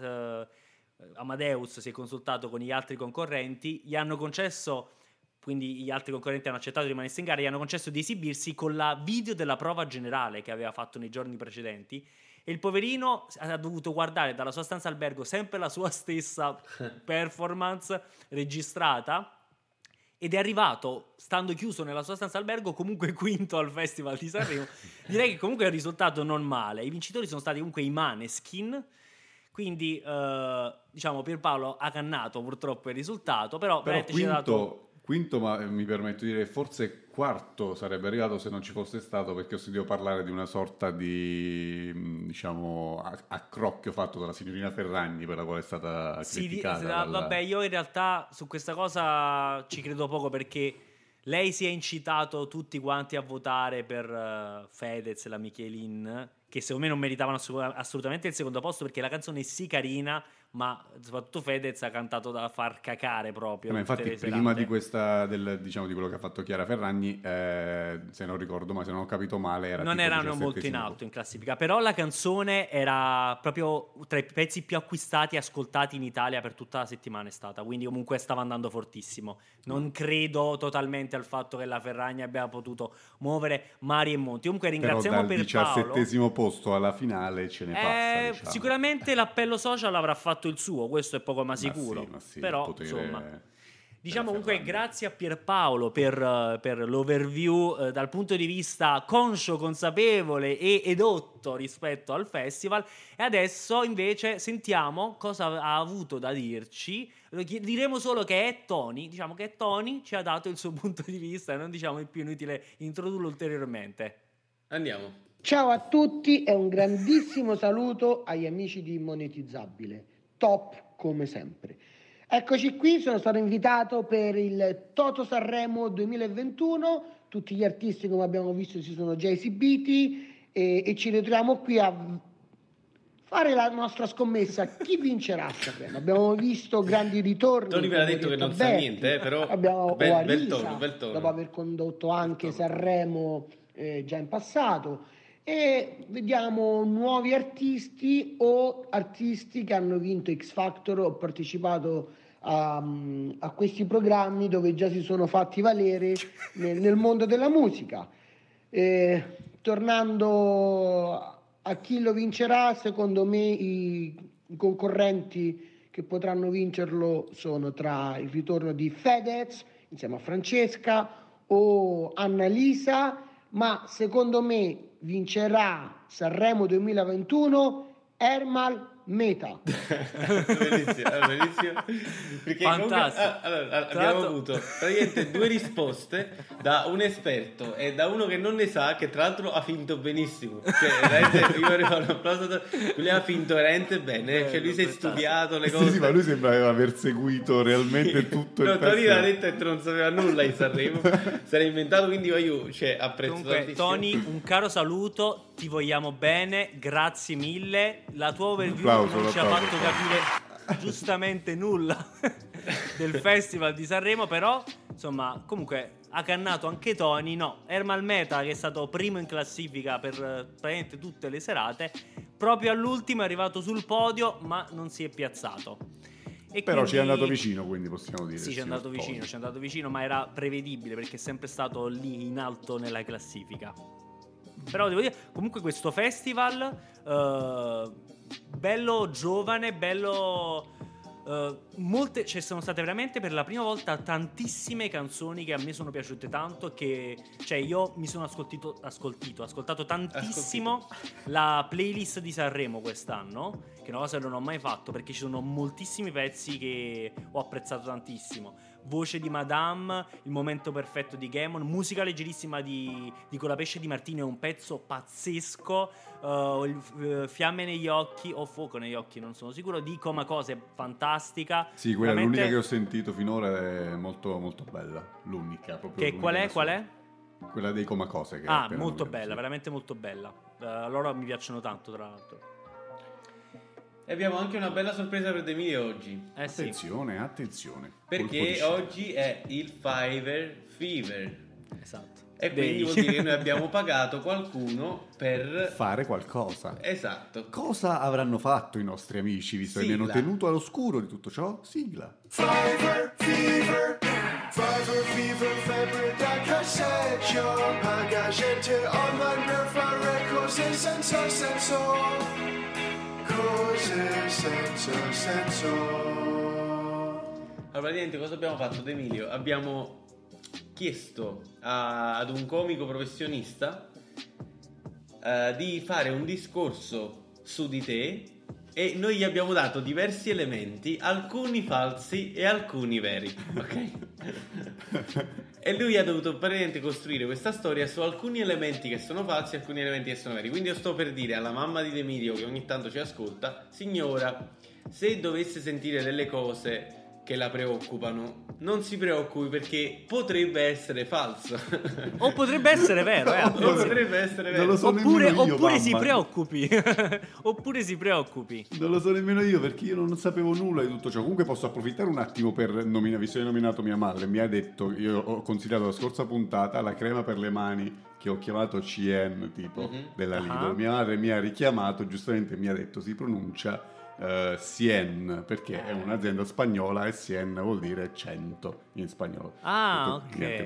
A: Amadeus si è consultato con gli altri concorrenti, gli hanno concesso, quindi gli altri concorrenti hanno accettato di rimanere in gara, gli hanno concesso di esibirsi con la video della prova generale che aveva fatto nei giorni precedenti. E il poverino ha dovuto guardare dalla sua stanza albergo sempre la sua stessa performance registrata ed è arrivato, stando chiuso nella sua stanza albergo, comunque quinto al Festival di Sanremo. Direi che comunque è un risultato non male. I vincitori sono stati comunque i Maneskin, quindi diciamo Pierpaolo ha cannato purtroppo il risultato, però
D: quinto, ma mi permetto di dire forse quarto sarebbe arrivato se non ci fosse stato, perché ho sentito parlare di una sorta di diciamo accrocchio fatto dalla signorina Ferragni, per la quale è stata criticata.
A: Vabbè, io in realtà su questa cosa ci credo poco, perché lei si è incitato tutti quanti a votare per Fedez e la Michelin, che secondo me non meritavano assolutamente il secondo posto, perché la canzone è sì carina, ma soprattutto Fedez ha cantato da far cacare proprio.
D: Ma infatti prima di questa diciamo di quello che ha fatto Chiara Ferragni, se non ricordo, ma se non ho capito male,
A: non erano molto in alto in classifica, però la canzone era proprio tra i pezzi più acquistati e ascoltati in Italia per tutta la settimana è stata, quindi comunque stava andando fortissimo. Non credo totalmente al fatto che la Ferragni abbia potuto muovere mari e monti. Comunque ringraziamo
D: per Paolo. Dal 17° posto alla finale ce ne passa, diciamo.
A: Sicuramente l'appello social avrà fatto il suo, questo è poco ma sicuro.
D: Ma sì,
A: però insomma diciamo comunque grazie a Pierpaolo per l'overview dal punto di vista conscio, consapevole e edotto rispetto al festival. E adesso invece sentiamo cosa ha avuto da dirci. Diremo solo che è Tony, diciamo che Tony ci ha dato il suo punto di vista e non diciamo è più inutile introdurlo ulteriormente.
B: Andiamo.
E: Ciao a tutti e un grandissimo saluto agli amici di Monetizzabile, top come sempre. Eccoci qui, sono stato invitato per il Toto Sanremo 2021, tutti gli artisti come abbiamo visto si sono già esibiti e ci ritroviamo qui a fare la nostra scommessa, chi vincerà a Sanremo. Abbiamo visto grandi ritorni.
B: Tony mi ha detto che non sa niente, però
E: abbiamo
B: bel tono.
E: Dopo aver condotto anche Sanremo già in passato. E vediamo nuovi artisti o artisti che hanno vinto X Factor o partecipato a questi programmi dove già si sono fatti valere nel mondo della musica. Tornando a chi lo vincerà, secondo me i concorrenti che potranno vincerlo sono tra il ritorno di Fedez insieme a Francesca o Annalisa, ma secondo me vincerà Sanremo 2021 Ermal Meta.
B: Bellissimo. Perché abbiamo avuto praticamente 2 risposte da un esperto e da uno che non ne sa, che tra l'altro ha finto benissimo. Cioè, veramente, io vorrei fare un applauso. Lui ha finto veramente bene. Cioè, lui si è studiato le cose.
D: Sì, ma lui sembrava aver seguito realmente tutto il
B: Tony l'ha detto e non sapeva nulla in Sanremo. Si era inventato, quindi io apprezzo.
A: Comunque, Tony, un caro saluto. Ti vogliamo bene, grazie mille. La tua overview non ci ha fatto capire giustamente nulla del Festival di Sanremo, però insomma comunque ha cannato anche Tony. No, Ermal Meta, che è stato primo in classifica per praticamente tutte le serate, proprio all'ultimo è arrivato sul podio ma non si è piazzato. E
D: Però
A: quindi...
D: ci è andato vicino, quindi possiamo dire.
A: Sì, ci è andato vicino, ma era prevedibile perché è sempre stato lì in alto nella classifica. Però devo dire, comunque questo festival bello giovane, bello molte, cioè sono state veramente per la prima volta tantissime canzoni che a me sono piaciute tanto, che cioè io mi sono ascoltato tantissimo la playlist di Sanremo quest'anno, che è una cosa che non ho mai fatto perché ci sono moltissimi pezzi che ho apprezzato tantissimo. Voce di Madame, Il momento perfetto di Gamon, musica leggerissima di Colapesce di Martino, è un pezzo pazzesco. Fiamme negli occhi o Fuoco negli occhi, non sono sicuro, di Coma Cose, fantastica.
D: Sì, quella
A: veramente...
D: è l'unica che ho sentito finora, è molto molto bella, l'unica proprio.
A: Che qual è?
D: Quella dei Coma Cose, che
A: molto bella, sì. Veramente molto bella. Loro mi piacciono tanto, tra l'altro.
B: E abbiamo anche una bella sorpresa per Emilio oggi.
D: Attenzione,
A: sì.
D: Attenzione.
B: Perché oggi è il Fiverr Fever.
A: Esatto.
B: E quindi vuol dire che noi abbiamo pagato qualcuno per
D: fare qualcosa.
B: Esatto.
D: Cosa avranno fatto i nostri amici, visto che mi hanno tenuto all'oscuro di tutto ciò? Sigla.
F: Fiverr Fever, Fiverr Fever, febbre da casseggio, paga gente online per fare cose senza senso, cose senza senso.
B: Allora, praticamente cosa abbiamo fatto, Emilio? Abbiamo chiesto ad un comico professionista di fare un discorso su di te e noi gli abbiamo dato diversi elementi, alcuni falsi e alcuni veri, ok? E lui ha dovuto praticamente costruire questa storia su alcuni elementi che sono falsi e alcuni elementi che sono veri. Quindi io sto per dire alla mamma di Emilio, che ogni tanto ci ascolta: signora, se dovesse sentire delle cose che la preoccupano, non si preoccupi perché potrebbe essere falso
A: o potrebbe essere vero,
B: o potrebbe essere vero.
D: Non lo so
A: oppure si preoccupi oppure si preoccupi.
D: Non lo so nemmeno io, perché io non sapevo nulla di tutto ciò. Comunque posso approfittare un attimo per visto che hai nominato mia madre, mi ha detto, io ho consigliato la scorsa puntata la crema per le mani che ho chiamato CN tipo della Lidl. Mia madre mi ha richiamato, giustamente mi ha detto si pronuncia Cien, perché è un'azienda spagnola e Cien vuol dire 100 in spagnolo.
A: Ok.
B: Cient.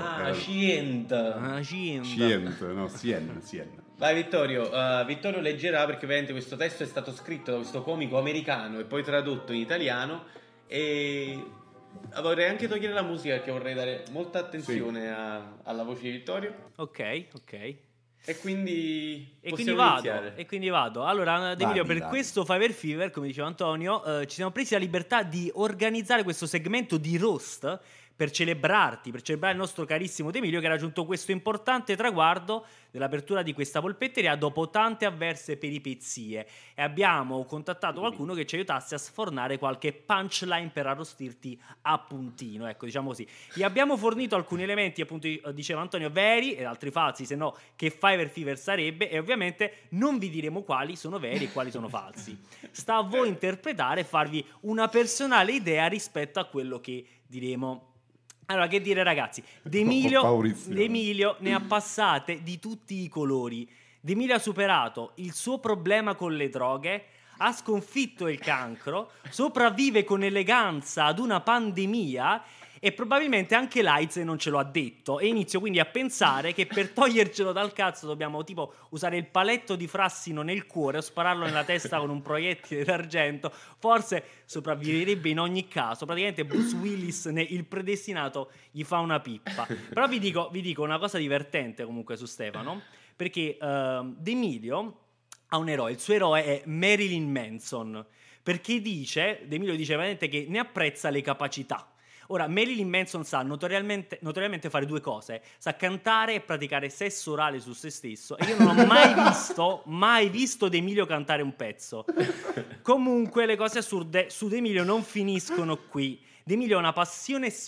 B: Vai Vittorio, Vittorio leggerà, perché ovviamente questo testo è stato scritto da questo comico americano e poi tradotto in italiano, e vorrei anche togliere la musica perché vorrei dare molta attenzione alla voce di Vittorio.
A: Ok.
B: E quindi
A: vado. Allora, Emilio, per questo Fiverr Fever, come diceva Antonio, ci siamo presi la libertà di organizzare questo segmento di roast per celebrare il nostro carissimo Emilio, che ha raggiunto questo importante traguardo dell'apertura di questa polpetteria dopo tante avverse peripezie, e abbiamo contattato qualcuno che ci aiutasse a sfornare qualche punchline per arrostirti a puntino, ecco, diciamo così. Gli abbiamo fornito alcuni elementi, appunto, diceva Antonio, veri e altri falsi, se no che Fiverr Fever sarebbe, e ovviamente non vi diremo quali sono veri e quali sono falsi. Sta a voi interpretare e farvi una personale idea rispetto a quello che diremo. Allora, che dire, ragazzi, D'Emilio ne ha passate di tutti i colori. D'Emilio ha superato il suo problema con le droghe, ha sconfitto il cancro, sopravvive con eleganza ad una pandemia e probabilmente anche l'AIDS non ce lo ha detto, e inizio quindi a pensare che per togliercelo dal cazzo dobbiamo tipo usare il paletto di Frassino nel cuore o spararlo nella testa con un proiettile d'argento. Forse sopravviverebbe in ogni caso. Praticamente Bruce Willis, il predestinato, gli fa una pippa. Però vi dico una cosa divertente comunque su Stefano, perché D'Emilio ha un eroe, il suo eroe è Marilyn Manson, perché D'Emilio dice veramente che ne apprezza le capacità. Ora, Marilyn Manson sa notoriamente fare due cose: sa cantare e praticare sesso orale su se stesso, e io non ho mai visto D'Emilio cantare un pezzo. Comunque le cose assurde su D'Emilio non finiscono qui. D'Emilio ha una passione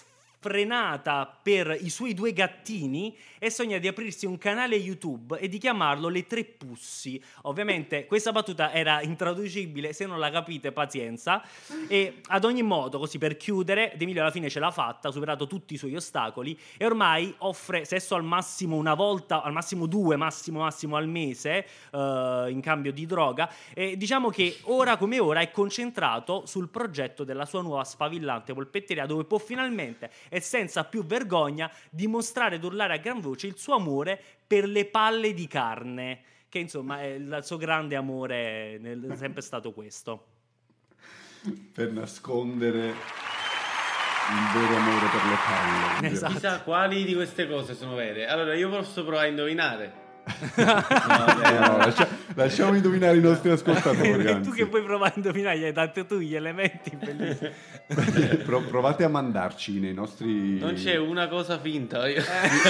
A: sfrenata per i suoi 2 gattini e sogna di aprirsi un canale YouTube e di chiamarlo Le Tre Pussi. Ovviamente questa battuta era intraducibile, se non la capite pazienza. E ad ogni modo, così per chiudere, De Emilio alla fine ce l'ha fatta, ha superato tutti i suoi ostacoli e ormai offre sesso al massimo una volta, al massimo 2, massimo al mese, in cambio di droga. E diciamo che ora come ora è concentrato sul progetto della sua nuova sfavillante polpetteria, dove può finalmente e senza più vergogna dimostrare ed urlare a gran voce il suo amore per le palle di carne, che insomma è il suo grande amore, è sempre stato questo.
D: Per nascondere il vero amore per le palle.
A: Esatto.
B: Chissà quali di queste cose sono vere. Allora io posso provare a indovinare.
D: Lasciamo indovinare i nostri ascoltatori.
A: E
D: Anzi.
A: tu che puoi provare a indovinare, gli hai dato tu gli elementi bellissimi.
D: Provate a mandarci nei nostri.
B: Non c'è una cosa finta.
A: Vi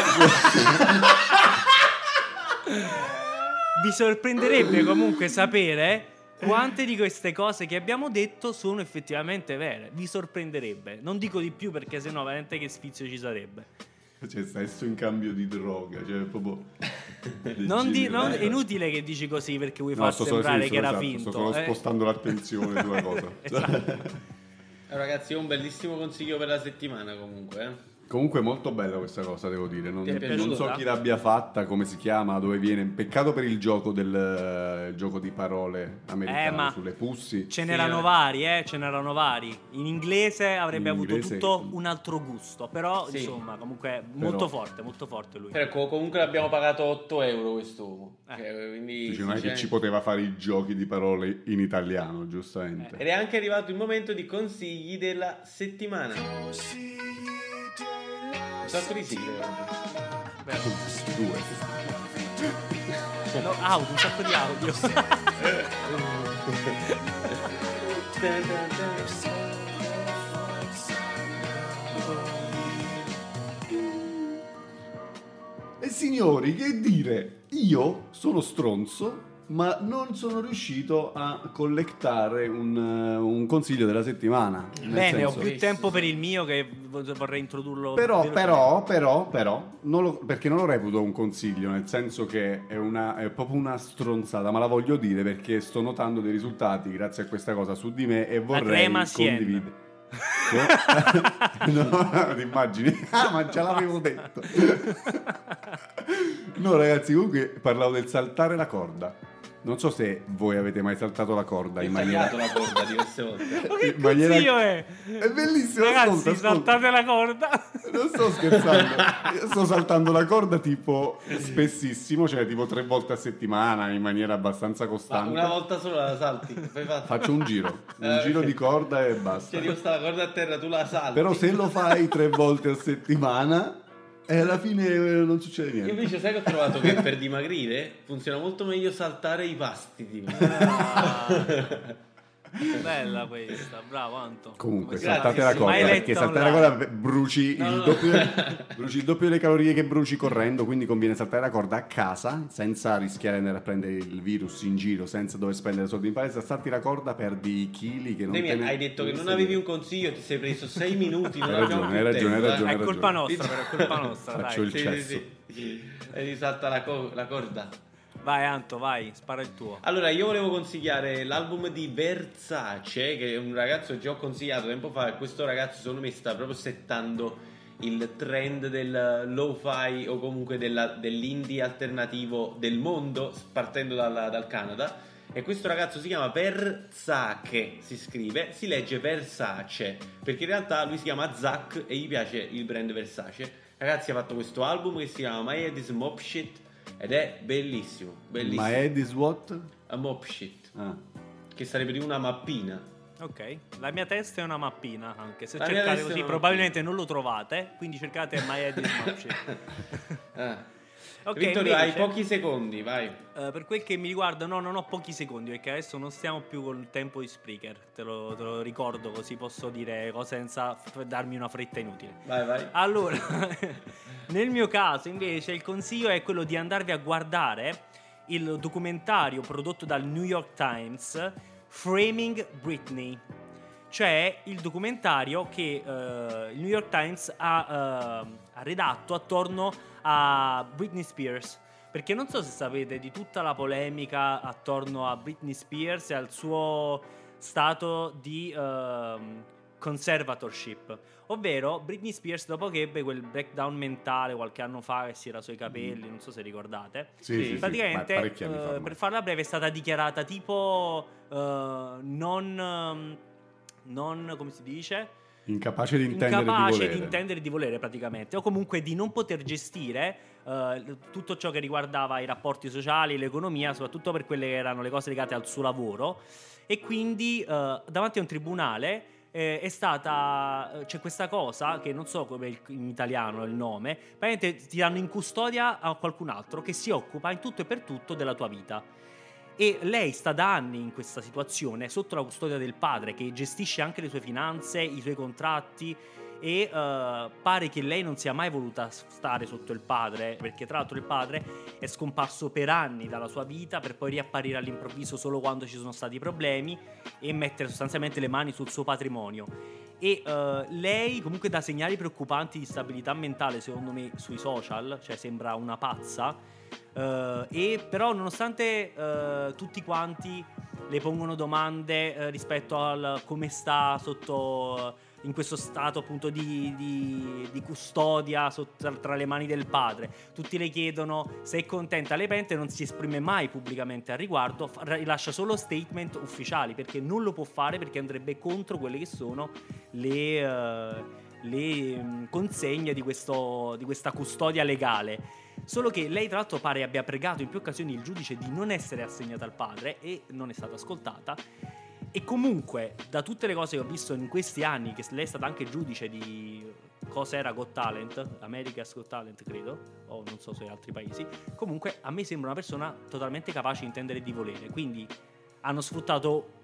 A: sorprenderebbe comunque sapere quante di queste cose che abbiamo detto sono effettivamente vere. Vi sorprenderebbe. Non dico di più perché sennò veramente che sfizio ci sarebbe.
D: C'è sesso in cambio di droga, cioè proprio.
A: Non è inutile che dici così perché vuoi far sembrare che era finto.
D: Sto solo spostando l'attenzione sulla cosa.
A: Esatto.
B: Ragazzi, ho un bellissimo consiglio per la settimana comunque.
D: Comunque molto bella questa cosa, devo dire.
B: Ti è piaciuta?
D: Non so chi l'abbia fatta, come si chiama, dove viene. Peccato per il gioco del gioco di parole americano
A: ma
D: sulle pussi.
A: Ce n'erano vari. In inglese avrebbe
D: In
A: avuto
D: inglese-
A: tutto un altro gusto. Però
B: Sì.
A: insomma, comunque molto forte lui.
B: Però comunque l'abbiamo pagato 8 euro quest'uomo. Quindi
D: Dice, non è che
B: sinceramente-
D: ci poteva fare i giochi di parole in italiano, giustamente.
B: Ed è anche arrivato il momento di consigli della settimana. Un sacco di sigle oggi.
D: Due.
A: No, un sacco di audio.
D: E signori, che dire? Io sono stronzo, ma non sono riuscito a collectare un consiglio della settimana. Nel
A: Bene, ho
D: senso-
A: più tempo per il mio che vorrei introdurlo.
D: Però,
A: velocemente.
D: perché non lo reputo un consiglio, nel senso che è proprio una stronzata, ma la voglio dire perché sto notando dei risultati grazie a questa cosa su di me e vorrei
A: crema Sien.
D: condividere. No, ti immagini? Ma già l'avevo detto. No, ragazzi, comunque parlavo del saltare la corda. Non so se voi avete mai saltato la corda
B: Ho
D: in maniera.
B: tagliato la corda diverse volte.
A: Ma che
D: in maniera-
A: consiglio è?
D: È bellissimo,
A: Ragazzi,
D: ascolta.
A: saltate la corda.
D: Non sto scherzando, io sto saltando la corda tipo spessissimo, cioè tipo 3 volte a settimana in maniera abbastanza
B: Ma
D: costante.
B: una volta solo la salti. Poi
D: Faccio un giro di corda e basta.
B: Cioè, io sta la corda a terra, tu la salti.
D: Però se lo fai 3 volte a settimana, alla fine non succede
B: Io
D: niente.
B: invece sai che ho trovato che per dimagrire funziona molto meglio saltare i pasti. Tipo.
A: Bella questa, bravo Anto.
D: Comunque,
B: Grazie,
D: saltate la
B: sì.
D: corda,
A: Mai
D: perché
A: letta
D: saltare la
A: online.
D: corda bruci
B: No,
D: il
B: no.
D: bruci il doppio delle calorie che bruci correndo, quindi conviene saltare la corda a casa senza rischiare di andare a prendere il virus in giro, senza dover spendere soldi in palestra. Salti la corda, perdi i chili che non
B: Demian,
D: te ne-
B: hai detto che non avevi un consiglio, ti sei preso 6 minuti. Non
D: Hai
B: abbiamo
D: ragione,
B: più
D: hai ragione,
B: tempo,
D: hai ragione.
A: È colpa nostra, però è colpa nostra,
D: Faccio
A: dai.
D: il cesso.
B: Sì. E risalta la corda.
A: Vai Anto, vai, spara il tuo.
B: Allora, io volevo consigliare l'album di Versace, che è un ragazzo che già ho consigliato tempo fa. E questo ragazzo, secondo me, sta proprio settando il trend del lo-fi o comunque dell'indie alternativo del mondo, partendo dal Canada. E questo ragazzo si chiama Versace, si scrive, si legge Versace, perché in realtà lui si chiama Zach e gli piace il brand Versace. Ragazzi, ha fatto questo album che si chiama My Head is Mop Shit ed è bellissimo, bellissimo.
D: My head is what?
B: A mop shit,
D: Ah.
B: che sarebbe di una mappina.
A: Ok, la mia testa è una mappina, anche se
B: La mia
A: cercate
B: testa è
A: così
B: una
A: probabilmente non lo trovate, quindi cercate My Head is Mop Shit.
B: Ok, Vittorio,
A: invece,
B: hai pochi secondi, vai.
A: per quel che mi riguarda, no, non ho pochi secondi perché adesso non stiamo più col tempo di Spreaker, te lo ricordo così posso dire cose senza darmi una fretta inutile.
B: Vai.
A: Allora, nel mio caso invece il consiglio è quello di andarvi a guardare il documentario prodotto dal New York Times, Framing Britney, cioè il documentario che il New York Times ha redatto attorno a Britney Spears. Perché non so se sapete di tutta la polemica attorno a Britney Spears e al suo stato di conservatorship. Ovvero Britney Spears, dopo che ebbe quel breakdown mentale qualche anno fa, che si rasò i capelli, non so se ricordate,
D: Sì,
A: praticamente
D: parecchi anni fa ormai.
A: per farla breve è stata dichiarata tipo non come si dice?
D: Incapace di intendere
A: Intendere di volere praticamente, o comunque di non poter gestire tutto ciò che riguardava i rapporti sociali, l'economia, soprattutto per quelle che erano le cose legate al suo lavoro, e quindi davanti a un tribunale è stata c'è questa cosa che non so come in italiano è il nome, praticamente ti danno in custodia a qualcun altro che si occupa in tutto e per tutto della tua vita. E lei sta da anni in questa situazione sotto la custodia del padre, che gestisce anche le sue finanze, i suoi contratti, e pare che lei non sia mai voluta stare sotto il padre, perché tra l'altro il padre è scomparso per anni dalla sua vita per poi riapparire all'improvviso solo quando ci sono stati problemi e mettere sostanzialmente le mani sul suo patrimonio. E lei comunque dà segnali preoccupanti di stabilità mentale, secondo me, sui social, cioè sembra una pazza. E però nonostante tutti quanti le pongono domande rispetto al come sta sotto in questo stato appunto di custodia tra le mani del padre, tutti le chiedono se è contenta, lei pente non si esprime mai pubblicamente al riguardo, rilascia solo statement ufficiali perché non lo può fare, perché andrebbe contro quelle che sono le consegne di questa custodia legale. Solo che lei tra l'altro pare abbia pregato in più occasioni il giudice di non essere assegnata al padre e non è stata ascoltata. E comunque da tutte le cose che ho visto in questi anni, che lei è stata anche giudice di cosa era Got Talent, America's Got Talent credo, o non so se altri paesi, comunque a me sembra una persona totalmente capace di intendere e di volere. Quindi hanno sfruttato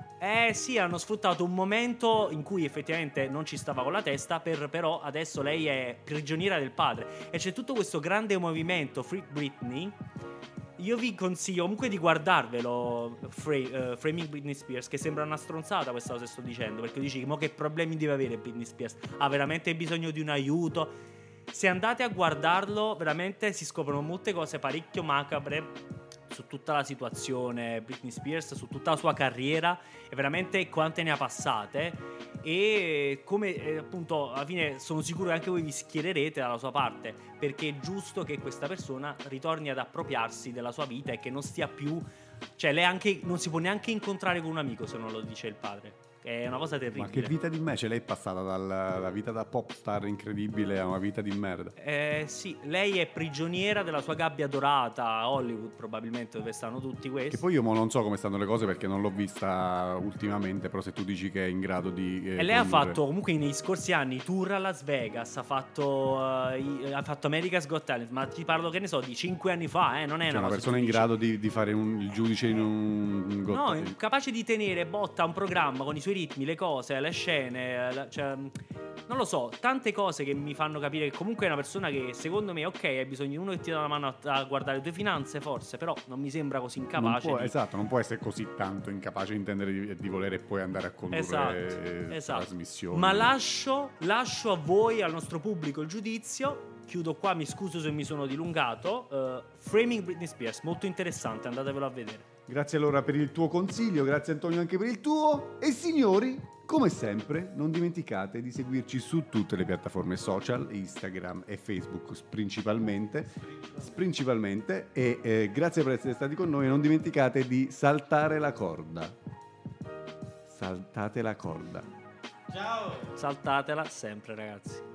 A: un momento in cui effettivamente non ci stava con la testa, però adesso lei è prigioniera del padre e c'è tutto questo grande movimento Free Britney. Io vi consiglio comunque di guardarvelo, Framing Britney Spears, che sembra una stronzata questa cosa che sto dicendo, perché dici, ma che problemi deve avere Britney Spears? Ha veramente bisogno di un aiuto? Se andate a guardarlo, veramente si scoprono molte cose parecchio macabre su tutta la situazione Britney Spears, su tutta la sua carriera e veramente quante ne ha passate, e come appunto alla fine sono sicuro che anche voi vi schiererete dalla sua parte, perché è giusto che questa persona ritorni ad appropriarsi della sua vita e che non stia più, cioè lei anche non si può neanche incontrare con un amico se non lo dice il padre. È una cosa terribile.
D: Ma che vita di me, cioè lei è passata dalla vita da pop star incredibile a una vita di merda.
A: Sì, lei è prigioniera della sua gabbia dorata a Hollywood, probabilmente, dove stanno tutti questi.
D: Che poi io non so come stanno le cose perché non l'ho vista ultimamente, però se tu dici che è in grado di
A: e lei ha fatto comunque negli scorsi anni tour a Las Vegas, ha fatto America's Got Talent, ma ti parlo, che ne so, di 5 anni fa, non è
D: cioè
A: una
D: persona in grado di fare il giudice in un Got Talent.
A: No, capace di tenere botta un programma con i suoi ritmi, le cose, le scene, cioè, non lo so, tante cose che mi fanno capire che comunque è una persona che secondo me, ok, hai bisogno di uno che ti dà una mano a guardare le tue finanze forse, però non mi sembra così incapace.
D: Esatto, non può essere così tanto incapace di intendere e di volere e poi andare a condurre trasmissioni.
A: Ma lascio a voi, al nostro pubblico, il giudizio. Chiudo qua, mi scuso se mi sono dilungato. Framing Britney Spears, molto interessante, andatevelo a vedere.
D: Grazie allora per il tuo consiglio, grazie Antonio anche per il tuo. E signori, come sempre, non dimenticate di seguirci su tutte le piattaforme social, Instagram e Facebook principalmente. E grazie per essere stati con noi. Non dimenticate di saltare la corda. Saltate la corda.
B: Ciao!
A: Saltatela sempre, ragazzi.